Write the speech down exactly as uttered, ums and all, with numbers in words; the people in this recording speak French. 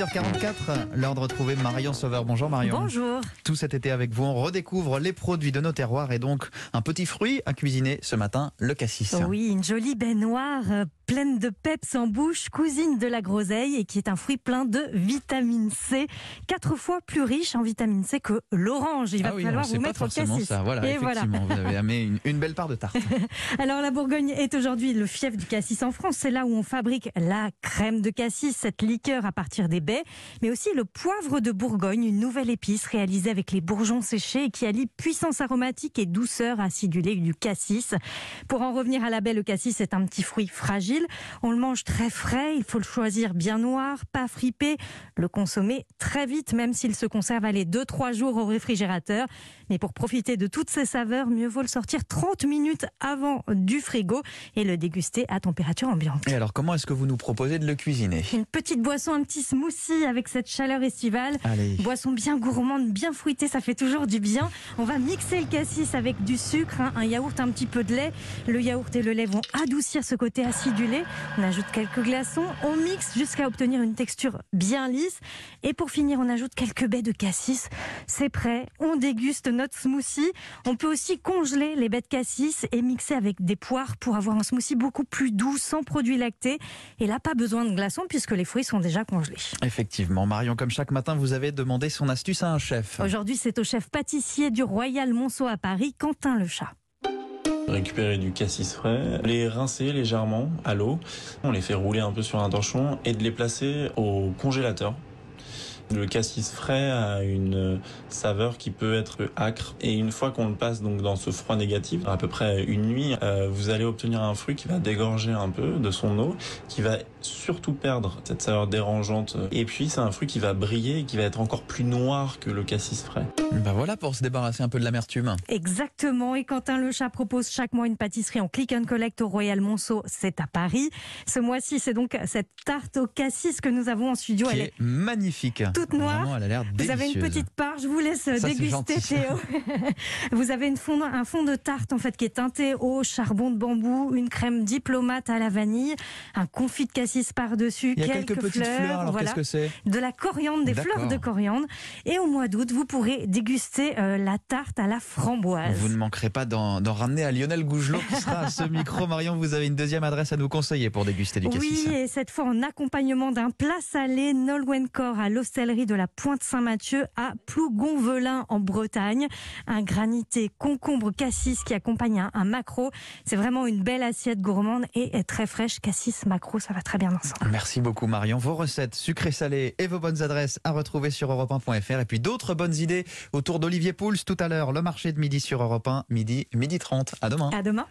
huit heures quarante-quatre, l'heure de retrouver Marion Sauveur. Bonjour Marion. Bonjour. Tout cet été avec vous, on redécouvre les produits de nos terroirs et donc un petit fruit à cuisiner ce matin, le cassis. Oui, une jolie baignoire euh, pleine de peps en bouche, cousine de la groseille et qui est un fruit plein de vitamine C, quatre fois plus riche en vitamine C que l'orange. Il va ah oui, falloir c'est vous pas mettre au forcément cassis. ça. Voilà, et effectivement, voilà. vous avez amené une, une belle part de tarte. Alors la Bourgogne est aujourd'hui le fief du cassis en France. C'est là où on fabrique la crème de cassis, cette liqueur à partir des baies, mais aussi le poivre de Bourgogne, une nouvelle épice réalisée avec les bourgeons séchés et qui allie puissance aromatique et douceur acidulée du cassis. Pour en revenir à la baie, le cassis est un petit fruit fragile. On le mange très frais, il faut le choisir bien noir, pas fripé, le consommer très vite, même s'il se conserve allez, deux trois jours au réfrigérateur. Mais pour profiter de toutes ces saveurs, mieux vaut le sortir trente minutes avant du frigo et le déguster à température ambiante. Et alors, comment est-ce que vous nous proposez de le cuisiner? Une petite boisson, un petit smoothie avec cette chaleur estivale. Allez. Boisson bien gourmande, bien fruitée, ça fait toujours du bien. On va mixer le cassis avec du sucre, hein, un yaourt, un petit peu de lait. Le yaourt et le lait vont adoucir ce côté acidulé. On ajoute quelques glaçons, on mixe jusqu'à obtenir une texture bien lisse. Et pour finir, on ajoute quelques baies de cassis. C'est prêt, on déguste notre smoothie. On peut aussi congeler les baies de cassis et mixer avec des poires pour avoir un smoothie beaucoup plus doux, sans produits lactés. Et là, pas besoin de glaçons puisque les fruits sont déjà congelés. Effectivement, Marion, comme chaque matin, vous avez demandé son astuce à un chef. Aujourd'hui, c'est au chef pâtissier du Royal Monceau à Paris, Quentin Lechat. Récupérer du cassis frais, les rincer légèrement à l'eau, on les fait rouler un peu sur un torchon et de les placer au congélateur. Le cassis frais a une saveur qui peut être âcre et une fois qu'on le passe donc dans ce froid négatif, à peu près une nuit, euh, vous allez obtenir un fruit qui va dégorger un peu de son eau, qui va surtout perdre cette saveur dérangeante. Et puis c'est un fruit qui va briller et qui va être encore plus noir que le cassis frais. Ben voilà pour se débarrasser un peu de l'amertume. Exactement, et Quentin Lechat propose chaque mois une pâtisserie en click and collect au Royal Monceau, c'est à Paris. Ce mois-ci, c'est donc cette tarte au cassis que nous avons en studio. Qui Elle est magnifique. toute noire. Vraiment, elle a l'air délicieuse. Vous avez une petite part, je vous laisse Ça, déguster, Théo. Vous avez une fond, un fond de tarte en fait qui est teinté au charbon de bambou, une crème diplomate à la vanille, un confit de cassis par-dessus, Il y a quelques, quelques petites fleurs, fleurs, alors voilà, qu'est-ce que c'est? de la coriandre, des D'accord. fleurs de coriandre. Et au mois d'août, vous pourrez déguster euh, la tarte à la framboise. Vous ne manquerez pas d'en, d'en ramener à Lionel Gougelot qui sera à ce micro. Marion, vous avez une deuxième adresse à nous conseiller pour déguster du cassis. Oui, et cette fois en accompagnement d'un plat salé Nolwenn-Cor à l'hostellerie de la Pointe-Saint-Mathieu à Plougonvelin en Bretagne. Un granité concombre cassis qui accompagne un, un maquereau. C'est vraiment une belle assiette gourmande et très fraîche. Cassis, maquereau, ça va très bien ensemble. Merci beaucoup Marion. Vos recettes sucrées salées et vos bonnes adresses à retrouver sur europe un point f r. Et puis d'autres bonnes idées autour d'Olivier Pouls tout à l'heure. Le marché de midi sur Europe un, midi, midi trente. À demain. À demain.